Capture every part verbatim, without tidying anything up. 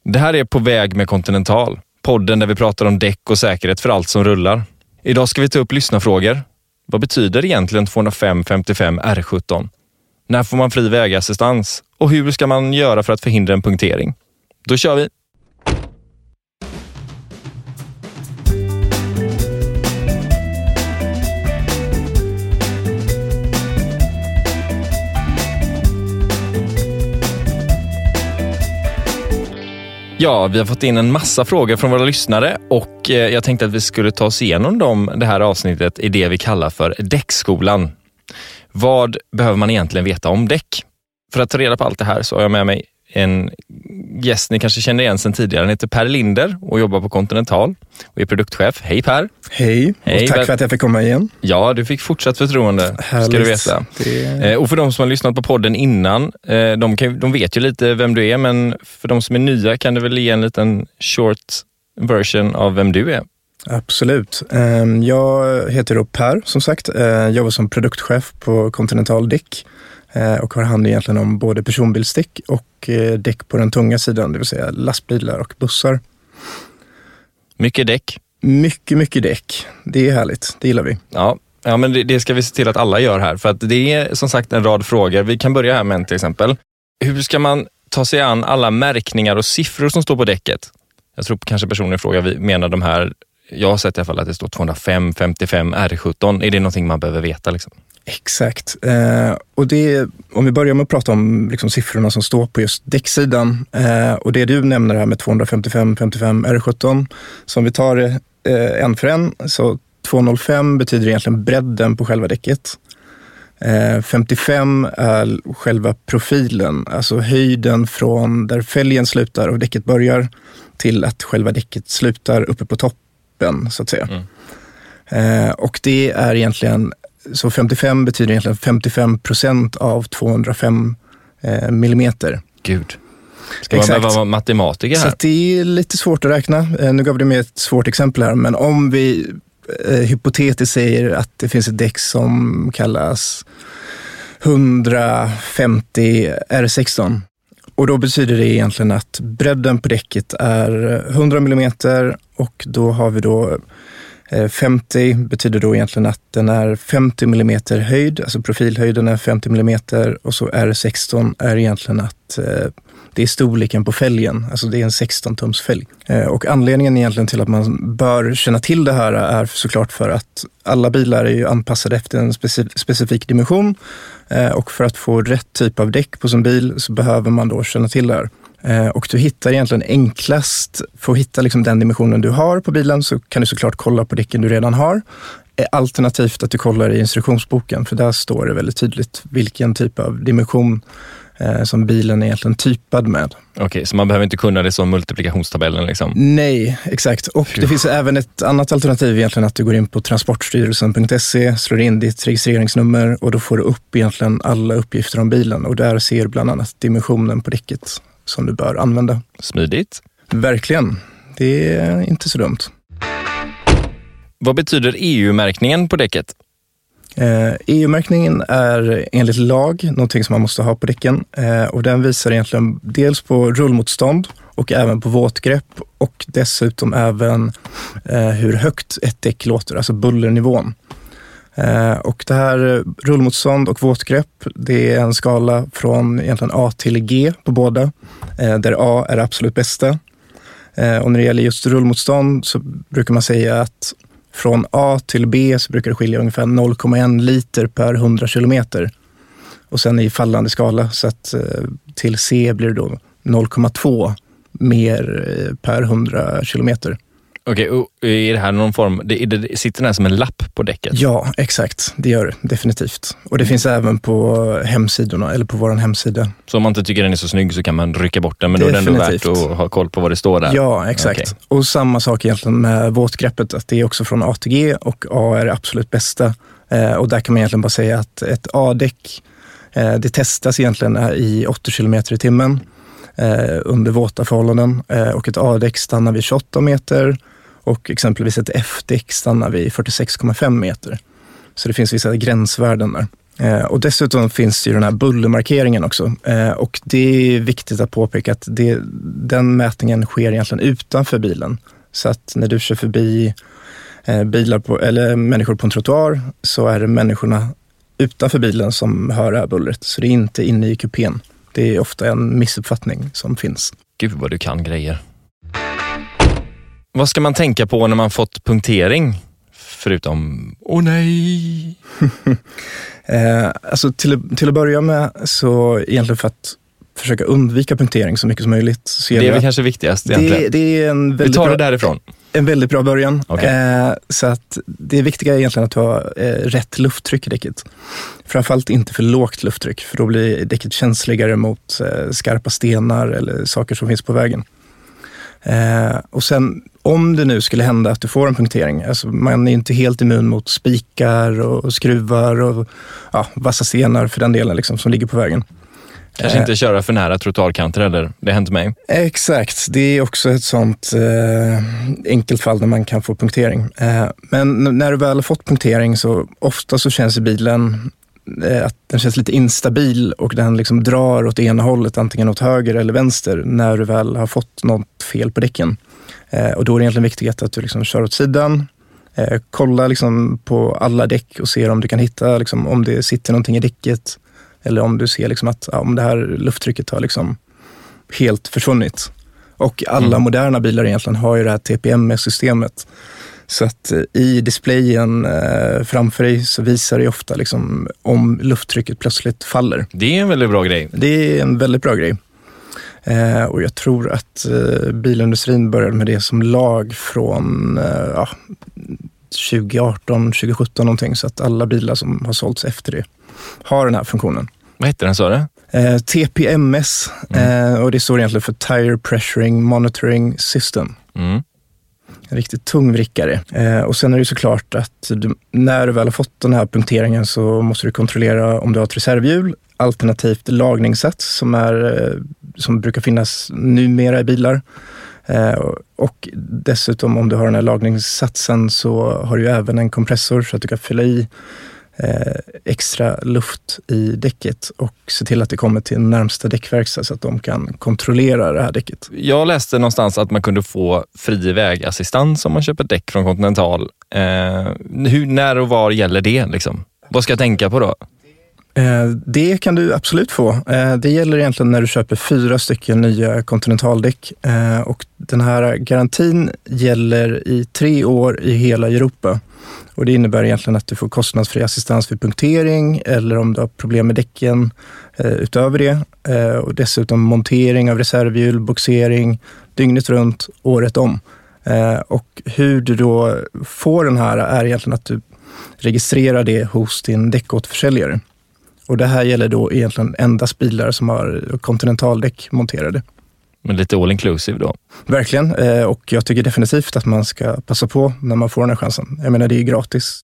Det här är På väg med Continental, podden där vi pratar om däck och säkerhet för allt som rullar. Idag ska vi ta upp lyssnarfrågor. Vad betyder egentligen tvåhundrafem femtiofem R sjutton? När får man fri vägassistans? Och hur ska man göra för att förhindra en punktering? Då kör vi! Ja, vi har fått in en massa frågor från våra lyssnare och jag tänkte att vi skulle ta oss igenom dem det här avsnittet i det vi kallar för däckskolan. Vad behöver man egentligen veta om däck? För att ta reda på allt det här så har jag med mig en gäst ni kanske känner igen sedan tidigare. Han heter Per Linder och jobbar på Continental och är produktchef. Hej Per! Hej, Hej och tack för att jag fick komma igen. Ja, du fick fortsatt förtroende, Härligt. Ska du veta. Det... Och för de som har lyssnat på podden innan, de, kan, de vet ju lite vem du är, men för de som är nya kan du väl ge en liten short version av vem du är? Absolut. Jag heter då Per, som sagt. Jag jobbar som produktchef på Continental Däck och har hand egentligen om både personbilsdäck och däck på den tunga sidan, det vill säga lastbilar och bussar. Mycket däck. Mycket, mycket däck. Det är härligt, det gillar vi. Ja, ja men det, det ska vi se till att alla gör här, för att det är som sagt en rad frågor. Vi kan börja här med en till exempel. Hur ska man ta sig an alla märkningar och siffror som står på däcket? Jag tror kanske personen i fråga menar de här. Jag har sett i alla fall att det står tvåhundrafem femtiofem R sjutton. Är det någonting man behöver veta liksom? Exakt. Eh, och det, om vi börjar med att prata om liksom, siffrorna som står på just däcksidan. Eh, och det du nämner här med tvåhundrafemtiofem femtiofem R sjutton. Så om vi tar det eh, en för en. Så tvåhundrafem betyder egentligen bredden på själva däcket. Eh, femtiofem är själva profilen. Alltså höjden från där fälgen slutar och däcket börjar till att själva däcket slutar uppe på toppen, så att säga. Mm. Eh, och det är egentligen... Så femtiofem betyder egentligen femtiofem procent av tvåhundrafem eh, millimeter. Gud. Ska man behöva vara matematiker här? Så det är lite svårt att räkna. Eh, nu gav det med ett svårt exempel här. Men om vi eh, hypotetiskt säger att det finns ett däck som kallas hundrafemtio R sexton. Och då betyder det egentligen att bredden på däcket är hundra millimeter. Och då har vi då... femtio betyder då egentligen att den är femtio millimeter höjd, alltså profilhöjden är femtio millimeter, och så R sexton är egentligen att eh, det är storleken på fälgen, alltså det är en sexton tums fälg. Eh, och anledningen egentligen till att man bör känna till det här är såklart för att alla bilar är ju anpassade efter en specif- specifik dimension eh, och för att få rätt typ av däck på sin bil så behöver man då känna till det här. Och du hittar egentligen enklast, för att hitta liksom den dimensionen du har på bilen så kan du såklart kolla på däcken du redan har. Alternativt att du kollar i instruktionsboken, för där står det väldigt tydligt vilken typ av dimension eh, som bilen är egentligen typad med. Okej, okay, så man behöver inte kunna det som multiplikationstabellen liksom? Nej, exakt. Och det finns även ett annat alternativ egentligen, att du går in på transportstyrelsen punkt se, slår in ditt registreringsnummer och då får du upp egentligen alla uppgifter om bilen. Och där ser du bland annat dimensionen på däcket som du bör använda. Smidigt. Verkligen. Det är inte så dumt. Vad betyder E U-märkningen på däcket? Eh, E U-märkningen är enligt lag någonting som man måste ha på däcken. Eh, och den visar egentligen dels på rullmotstånd och även på våtgrepp. Och dessutom även eh, hur högt ett däck låter, alltså bullernivån. Eh, och det här rullmotstånd och våtgrepp, det är en skala från egentligen A till G på båda, eh, där A är det absolut bästa. Eh, och när det gäller just rullmotstånd så brukar man säga att från A till B så brukar det skilja ungefär noll komma en liter per hundra kilometer. Och sen i fallande skala, så att eh, till C blir det då noll komma två mer eh, per hundra kilometer. Okej, och är det här någon form, det, det sitter den här som en lapp på däcket? Ja, exakt. Det gör det, definitivt. Och det finns även på hemsidorna, eller på vår hemsida. Så om man inte tycker den är så snygg så kan man rycka bort den, men definitivt. Då är det ändå värt att ha koll på vad det står där? Ja, exakt. Okay. Och samma sak egentligen med våtgreppet, att det är också från A till G och A är det absolut bästa. Eh, och där kan man egentligen bara säga att ett A-däck, eh, det testas egentligen i åttio kilometer i timmen eh, under våta förhållanden. Eh, och ett A-däck stannar vid tjugoåtta meter. Och exempelvis ett F-däck stannar vid fyrtiosex komma fem meter. Så det finns vissa gränsvärden där. Eh, och dessutom finns det ju den här bullermarkeringen också. Eh, och det är viktigt att påpeka att det, den mätningen sker egentligen utanför bilen. Så att när du kör förbi eh, bilar på, eller människor på en trottoar så är det människorna utanför bilen som hör det här bullret. Så det är inte inne i kupén. Det är ofta en missuppfattning som finns. Gud vad du kan grejer. Vad ska man tänka på när man fått punktering? Förutom, åh nej! eh, alltså till, till att börja med så egentligen för att försöka undvika punktering så mycket som möjligt. Så det är väl kanske viktigast egentligen. Det, det är en väldigt Vi tar det bra, därifrån. En väldigt bra början. Okay. Eh, så att det viktiga är egentligen att ha eh, rätt lufttryck i däcket. Framförallt inte för lågt lufttryck, för då blir däcket känsligare mot eh, skarpa stenar eller saker som finns på vägen. Eh, och sen om det nu skulle hända att du får en punktering, alltså man är inte helt immun mot spikar och skruvar och ja, vassa stenar för den delen liksom, som ligger på vägen. Kanske inte köra för nära trottoarkanter eller, det har hänt mig. Exakt, det är också ett sånt eh, enkelt fall där man kan få punktering. Eh, men när du väl har fått punktering så ofta så känns i bilen eh, att den känns lite instabil och den liksom drar åt ena hållet, antingen åt höger eller vänster, när du väl har fått något fel på däcken. Eh, och då är det egentligen viktigt att du liksom kör åt sidan, eh, kolla liksom på alla däck och ser om du kan hitta liksom, om det sitter någonting i däcket. Eller om du ser liksom att ja, om det här lufttrycket har liksom helt försvunnit. Och alla mm. moderna bilar egentligen har ju det här T P M S-systemet. Så att i displayen eh, framför dig så visar det ofta liksom om lufttrycket plötsligt faller. Det är en väldigt bra grej. Det är en väldigt bra grej. Eh, och jag tror att eh, bilindustrin började med det som lag från eh, ja, tjugo arton tjugo sjutton någonting. Så att alla bilar som har sålts efter det har den här funktionen. Vad heter den, sa du? Eh, T P M S. Mm. Eh, och det står egentligen för Tire Pressuring Monitoring System. Mm. En riktigt tung vrickare. Eh, och sen är det såklart att du, när du väl har fått den här punkteringen så måste du kontrollera om du har ett reservhjul, alternativt lagningssats som, är, eh, som brukar finnas numera i bilar. Eh, och dessutom om du har den här lagningssatsen så har du även en kompressor så att du kan fylla i Eh, extra luft i däcket och se till att det kommer till närmsta däckverkstad så att de kan kontrollera det här däcket. Jag läste någonstans att man kunde få fri vägassistans om man köper däck från Continental. Eh, hur, när och var gäller det? Liksom? Vad ska jag tänka på då? Eh, det kan du absolut få. Eh, det gäller egentligen när du köper fyra stycken nya Continental-däck. Eh, och den här garantin gäller i tre år i hela Europa. Och det innebär egentligen att du får kostnadsfri assistans vid punktering eller om du har problem med däcken eh, utöver det. Eh, och dessutom montering av reservhjul, boxering, dygnet runt, året om. Eh, och hur du då får den här är egentligen att du registrerar det hos din däckåterförsäljare. Och det här gäller då egentligen endast bilar som har kontinentaldäck monterade. Men lite all inclusive då? Verkligen, och jag tycker definitivt att man ska passa på när man får den här chansen. Jag menar, det är ju gratis.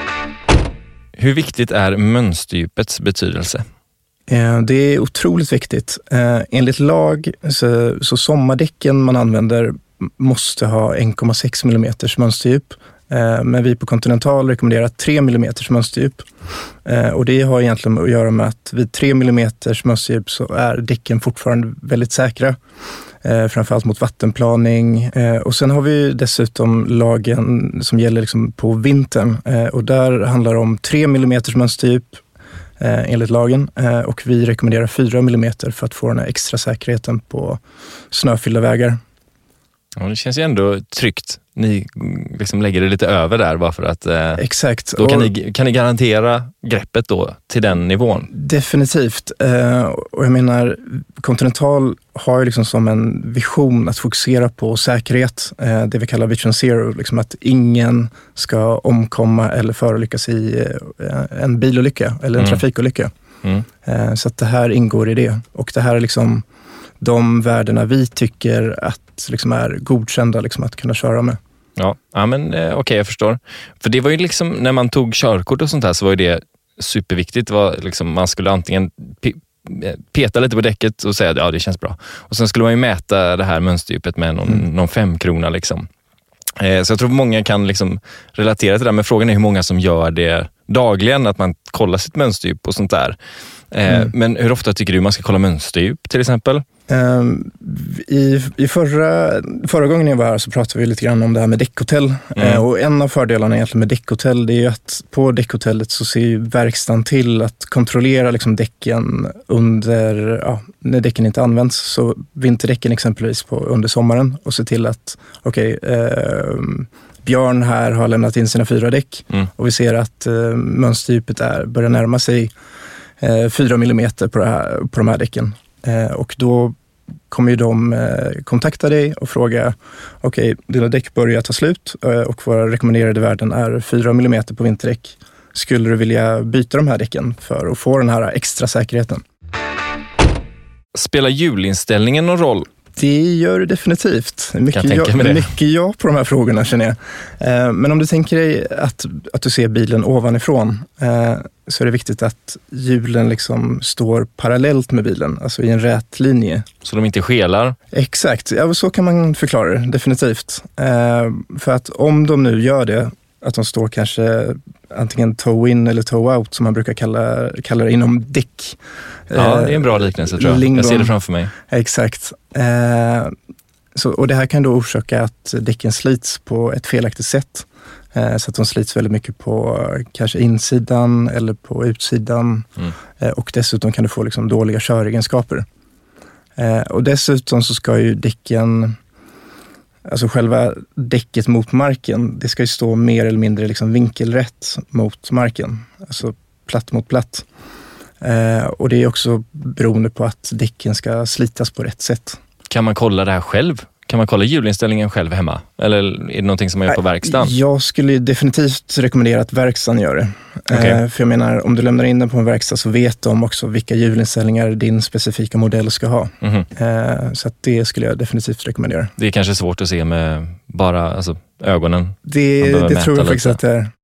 Hur viktigt är mönsterdjupets betydelse? Det är otroligt viktigt. Enligt lag så, så sommardäcken man använder måste ha en komma sex millimeter mönsterdjup. Men vi på Continental rekommenderar tre millimeter mönsterdjup. Och det har egentligen att göra med att vid tre millimeter mönsterdjup så är däcken fortfarande väldigt säkra. Framförallt mot vattenplaning. Och sen har vi dessutom lagen som gäller liksom på vintern. Och där handlar det om tre millimeter mönsterdjup enligt lagen. Och vi rekommenderar fyra millimeter för att få den här extra säkerheten på snöfyllda vägar. Ja, det känns ju ändå tryggt. Ni liksom lägger det lite över där bara för att eh, exakt. Då kan, och, ni, kan ni garantera greppet då till den nivån? Definitivt. Eh, och jag menar, Continental har ju liksom som en vision att fokusera på säkerhet. Eh, det vi kallar Vision Zero. Liksom att ingen ska omkomma eller förolyckas i eh, en bilolycka eller en mm. trafikolycka. Mm. Eh, så att det här ingår i det. Och det här är liksom de värdena vi tycker att liksom är godkända liksom att kunna köra med. Ja, ja men eh, okej, okay, jag förstår. För det var ju liksom, när man tog körkort och sånt här så var ju det superviktigt. Det var liksom, man skulle antingen pe- peta lite på däcket och säga att ja, det känns bra. Och sen skulle man ju mäta det här mönsterdjupet med någon, mm. någon femkrona liksom. Eh, så jag tror många kan liksom relatera till det där, men frågan är hur många som gör det dagligen, att man kollar sitt mönsterdjup och sånt där. Eh, mm. Men hur ofta tycker du man ska kolla mönsterdjup till exempel? Um, I, i förra, förra gången jag var här så pratade vi lite grann om det här med däckhotell. Mm. Uh, och en av fördelarna egentligen med däckhotell, det är ju att på däckhotellet så ser ju verkstaden till att kontrollera liksom däcken under, ja, när däcken inte används. Så vinterdäcken exempelvis på, under sommaren och se till att okej, okay, uh, Björn här har lämnat in sina fyra däck mm. och vi ser att uh, mönsterdjupet är, börjar närma sig uh, fyra millimeter på, det här, på de här däcken. Uh, och då kommer ju de uh, kontakta dig och fråga okej, okay, dina däck börjar ta slut uh, och våra rekommenderade värden är fyra millimeter på vinterdäck. Skulle du vilja byta de här däcken för att få den här extra säkerheten? Spelar hjulinställningen någon roll? Det gör det definitivt. Mycket, jag, ja, mycket ja på de här frågorna känner jag. Eh, men om du tänker dig att, att du ser bilen ovanifrån eh, så är det viktigt att hjulen liksom står parallellt med bilen, alltså i en rät linje. Så de inte skelar? Exakt, ja, så kan man förklara det, definitivt. Eh, för att om de nu gör det, att de står kanske antingen toe-in eller toe-out som man brukar kalla, kalla det inom däck. Ja, det är en bra liknelse tror jag. Lingon. Jag ser det framför mig. Exakt. Eh, så, och det här kan då orsaka att däcken slits på ett felaktigt sätt. Eh, så att de slits väldigt mycket på kanske insidan eller på utsidan. Mm. Eh, och dessutom kan du få liksom dåliga köregenskaper. Eh, och dessutom så ska ju däcken, alltså själva däcket mot marken, det ska ju stå mer eller mindre liksom vinkelrätt mot marken. Alltså platt mot platt. Eh, och det är också beroende på att däcken ska slitas på rätt sätt. Kan man kolla det här själv? Kan man kolla hjulinställningen själv hemma? Eller är det någonting som man gör på verkstaden? Jag skulle definitivt rekommendera att verkstaden gör det. Okay. Eh, för jag menar, om du lämnar in den på en verkstad så vet de också vilka hjulinställningar din specifika modell ska ha. Mm-hmm. Eh, så att det skulle jag definitivt rekommendera. Det är kanske svårt att se med bara alltså, ögonen. Det, det tror jag faktiskt att det är.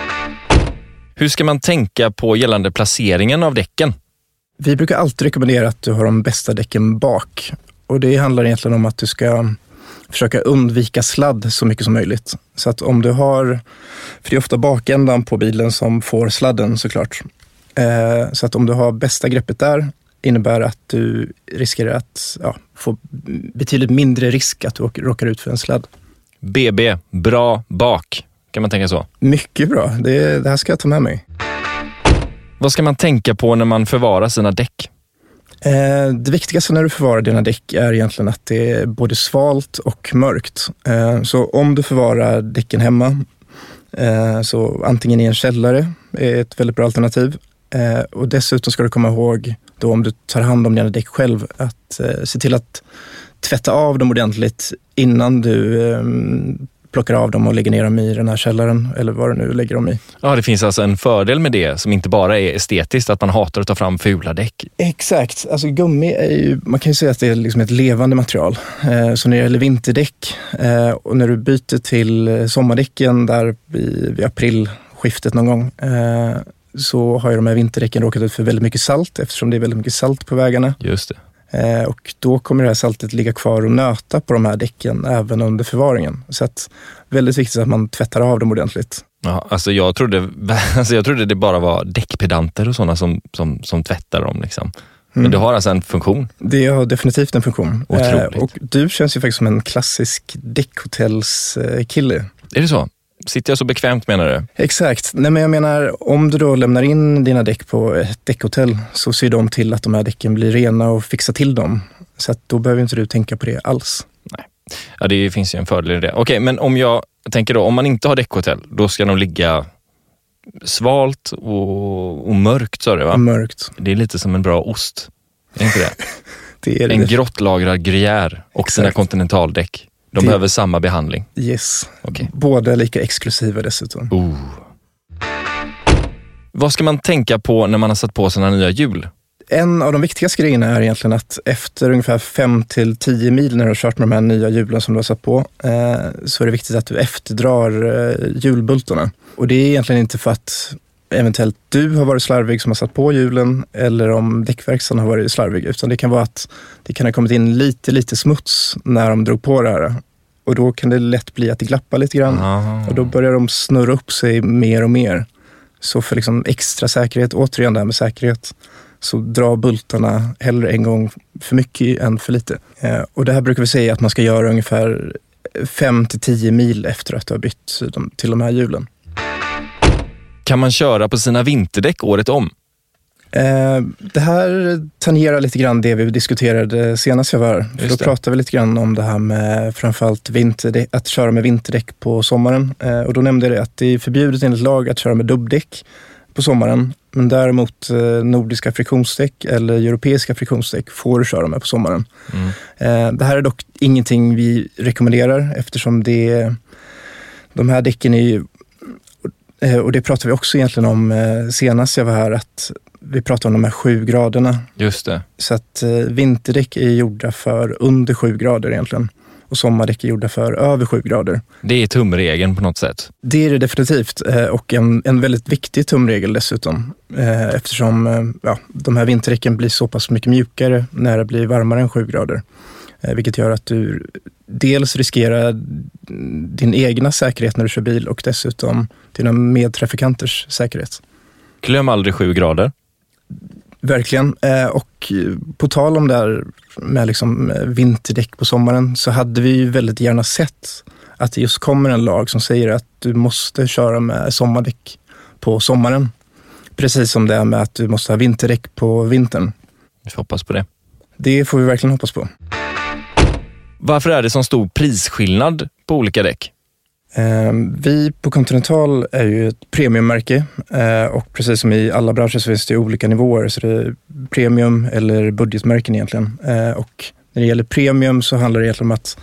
Hur ska man tänka på gällande placeringen av däcken? Vi brukar alltid rekommendera att du har de bästa däcken bak. Och det handlar egentligen om att du ska försöka undvika sladd så mycket som möjligt. Så att om du har, för det är ofta bakändan på bilen som får sladden såklart. Eh, så att om du har bästa greppet där innebär att du riskerar att ja, få betydligt mindre risk att du råkar ut för en sladd. B B, bra bak. Kan man tänka så? Mycket bra. Det, det här ska jag ta med mig. Vad ska man tänka på när man förvarar sina däck? Eh, det viktigaste när du förvarar dina däck är egentligen att det är både svalt och mörkt. Eh, så om du förvarar däcken hemma, eh, så antingen i en källare är ett väldigt bra alternativ. Eh, och dessutom ska du komma ihåg då om du tar hand om dina däck själv att eh, se till att tvätta av dem ordentligt innan du eh, plockar av dem och lägger ner dem i den här källaren eller vad du nu lägger dem i. Ja, det finns alltså en fördel med det som inte bara är estetiskt, att man hatar att ta fram fula däck. Exakt. Alltså gummi är ju, man kan ju säga att det är liksom ett levande material. Eh, så när det gäller vinterdäck eh, och när du byter till sommardäcken där vid, vid aprilskiftet någon gång eh, så har ju de här vinterdäcken råkat ut för väldigt mycket salt eftersom det är väldigt mycket salt på vägarna. Just det. Och då kommer det här saltet ligga kvar och nöta på de här däcken även under förvaringen. Så att väldigt viktigt att man tvättar av dem ordentligt. Ja, alltså jag trodde, alltså jag trodde det bara var däckpedanter och sådana som, som, som tvättar dem. Liksom. Men mm. det har alltså en funktion? Det har definitivt en funktion. Otroligt. Och du känns ju faktiskt som en klassisk däckhotellskille. Är det så? Sitter jag så bekvämt menar du? Exakt. Nej, men jag menar, om du då lämnar in dina däck på ett däckhotell så ser de till att de här däcken blir rena och fixar till dem. Så att då behöver inte du tänka på det alls. Nej. Ja, det finns ju en fördel i det. Okej, men om jag tänker då, om man inte har däckhotell, då ska de ligga svalt och, och mörkt, sa du va? Mörkt. Det är lite som en bra ost. Är inte det? Det är det. En grottlagrad gruyère och exakt. Sina kontinentaldäck. De det... behöver samma behandling? Yes. Okay. Båda lika exklusiva dessutom. Oh. Vad ska man tänka på när man har satt på sina nya hjul? En av de viktigaste grejerna är egentligen att efter ungefär fem till tio mil när du har kört med de här nya hjulen som du har satt på eh, så är det viktigt att du efterdrar eh, hjulbultarna. Och det är egentligen inte för att eventuellt du har varit slarvig som har satt på hjulen eller om däckverkstaden har varit slarvig, utan det kan vara att det kan ha kommit in lite, lite smuts när de drog på det här. Och då kan det lätt bli att det glappar lite grann. Aha. Och då börjar de snurra upp sig mer och mer. Så för liksom extra säkerhet, återigen det här med säkerhet, så dra bultarna hellre en gång för mycket än för lite. Eh, och det här brukar vi säga att man ska göra ungefär fem till tio mil efter att du har bytt dem, till de här hjulen. Kan man köra på sina vinterdäck året om? Eh, det här tangerar lite grann det vi diskuterade senast jag var här. För då pratade vi lite grann om det här med framförallt vinterdäck, att köra med vinterdäck på sommaren. Eh, och då nämnde jag att det är förbjudet enligt lag att köra med dubbdäck på sommaren. Men däremot eh, nordiska friktionsdäck eller europeiska friktionsdäck får du köra med på sommaren. Mm. Eh, det här är dock ingenting vi rekommenderar eftersom det, de här däcken är ju, och det pratade vi också egentligen om eh, senast jag var här, att vi pratar om de här sju graderna. Just det. Så att eh, vinterdäck är gjorda för under sju grader egentligen. Och sommardäck är gjorda för över sju grader. Det är tumregeln på något sätt. Det är det definitivt. Eh, och en, en väldigt viktig tumregel dessutom. Eh, eftersom eh, ja, de här vinterdäcken blir så pass mycket mjukare när det blir varmare än sju grader. Eh, vilket gör att du dels riskerar din egna säkerhet när du kör bil och dessutom dina medtrafikanters säkerhet. Glöm aldrig sju grader. Verkligen. Och på tal om det här med liksom vinterdäck på sommaren så hade vi ju väldigt gärna sett att det just kommer en lag som säger att du måste köra med sommardäck på sommaren. Precis som det är med att du måste ha vinterdäck på vintern. Vi får hoppas på det. Det får vi verkligen hoppas på. Varför är det så stor prisskillnad på olika däck? Vi på Continental är ju ett premiummärke och precis som i alla branscher så finns det olika nivåer, så det är premium eller budgetmärken egentligen. Och när det gäller premium så handlar det egentligen om att,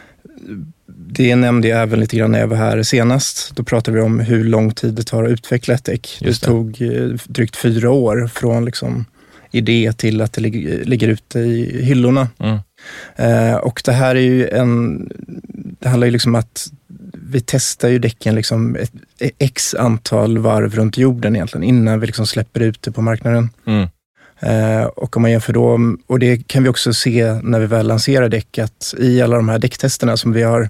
det nämnde jag även lite grann när jag var här senast, då pratade vi om hur lång tid det tar att utveckla ett däck. Det. det tog drygt fyra år från liksom idé till att det ligger, ligger ute i hyllorna. Mm. Och det här är ju en, det handlar ju liksom att vi testar ju däcken liksom ett x antal varv runt jorden egentligen innan vi liksom släpper ut det på marknaden. Mm. Eh, och om man jämför då, och det kan vi också se när vi väl lanserar däck, att i alla de här däcktesterna som vi har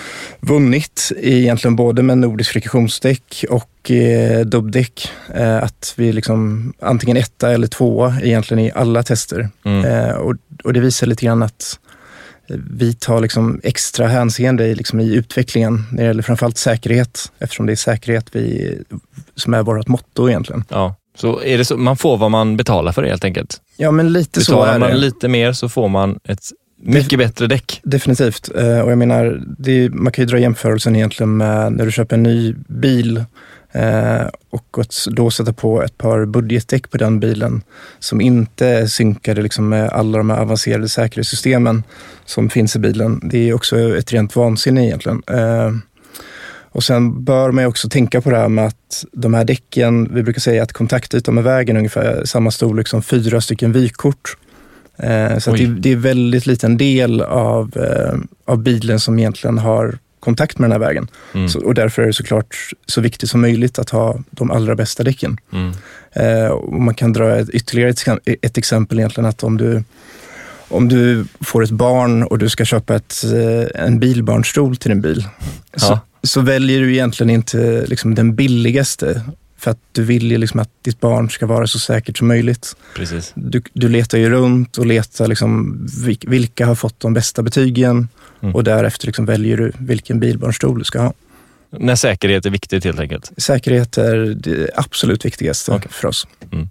vunnit egentligen både med nordisk friktionsdäck och eh, dubbdäck, eh, att vi liksom antingen etta eller tvåa egentligen i alla tester. Mm. Eh, och, och det visar lite grann att vi tar liksom extra hänseende i, liksom i utvecklingen när det gäller framförallt säkerhet, eftersom det är säkerhet vi, som är vårt motto egentligen. Ja, så är det så, man får vad man betalar för det helt enkelt? Ja, men lite Betalar så är man det. lite mer så får man ett mycket Def- bättre däck. Definitivt, och jag menar, det är, man kan ju dra jämförelsen egentligen med när du köper en ny bil Eh, och att då sätta på ett par budgetdäck på den bilen som inte är synkade liksom med alla de här avancerade säkerhetssystemen som finns i bilen. Det är också ett rent vansinne egentligen. Eh, och sen bör man ju också tänka på det här med att de här däcken, vi brukar säga att kontaktytan med vägen är ungefär samma storlek som fyra stycken vykort. Eh, så att det, det är väldigt liten del av, eh, av bilen som egentligen har kontakt med den här vägen. Mm. Så, och därför är det såklart så viktigt som möjligt att ha de allra bästa däcken. Mm. Eh, och man kan dra ett, ytterligare ett, ett exempel egentligen, att om du, om du får ett barn och du ska köpa ett, en bilbarnstol till din bil, ja. så, så väljer du egentligen inte liksom den billigaste, för att du vill ju liksom att ditt barn ska vara så säkert som möjligt. Precis. Du, du letar ju runt och letar liksom vilka har fått de bästa betygen. Mm. Och därefter liksom väljer du vilken bilbarnstol du ska ha. När säkerhet är viktigt helt enkelt? Säkerhet är det absolut viktigaste okay. för oss. Mm.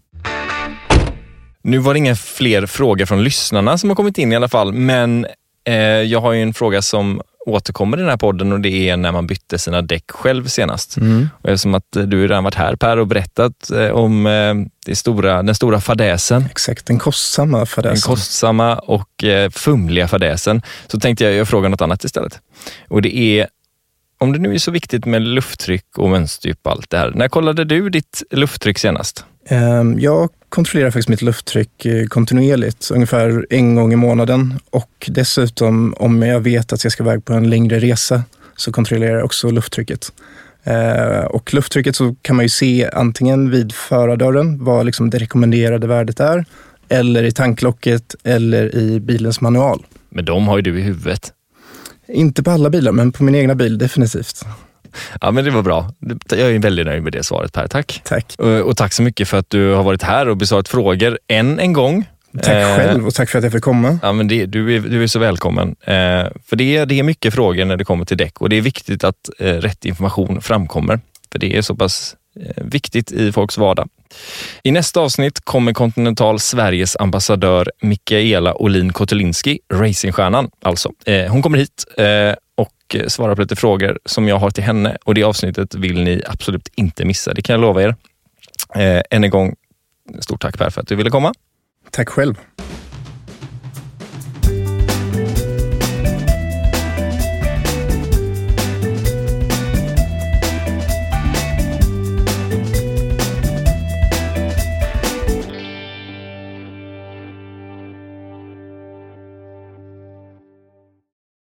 Nu var det inga fler frågor från lyssnarna som har kommit in i alla fall. Men eh, jag har ju en fråga som återkommer i den här podden, och det är när man bytte sina däck själv senast. Mm. Och eftersom att du redan varit här, Per, och berättat eh, om eh, det stora, den stora fadäsen. Exakt, den kostsamma fadäsen. Den kostsamma och eh, fumliga fadäsen. Så tänkte jag, jag fråga något annat istället. Och det är, om det nu är så viktigt med lufttryck och mönsterdjup och allt det här. När kollade du ditt lufttryck senast? Um, jag kontrollerar faktiskt mitt lufttryck kontinuerligt, ungefär en gång i månaden. Och dessutom, om jag vet att jag ska iväg på en längre resa, så kontrollerar jag också lufttrycket. Uh, och lufttrycket så kan man ju se antingen vid förardörren vad liksom det rekommenderade värdet är, eller i tanklocket, eller i bilens manual. Men de har ju du i huvudet. Inte på alla bilar, men på min egna bil definitivt. Ja, men det var bra. Jag är väldigt nöjd med det svaret, Per. Tack. Tack. Och, och tack så mycket för att du har varit här och besvarat frågor än en gång. Tack eh, själv och tack för att jag fick komma. Ja, men det, du, är, du är så välkommen. Eh, för det, det är mycket frågor när det kommer till däck och det är viktigt att eh, rätt information framkommer. För det är så pass eh, viktigt i folks vardag. I nästa avsnitt kommer Continental Sveriges ambassadör Mikaela Olin Kotelinski, racingstjärnan alltså. Eh, hon kommer hit eh, och svarar på lite frågor som jag har till henne och det avsnittet vill ni absolut inte missa. Det kan jag lova er. Eh, än en gång, stort tack Per för att du ville komma. Tack själv.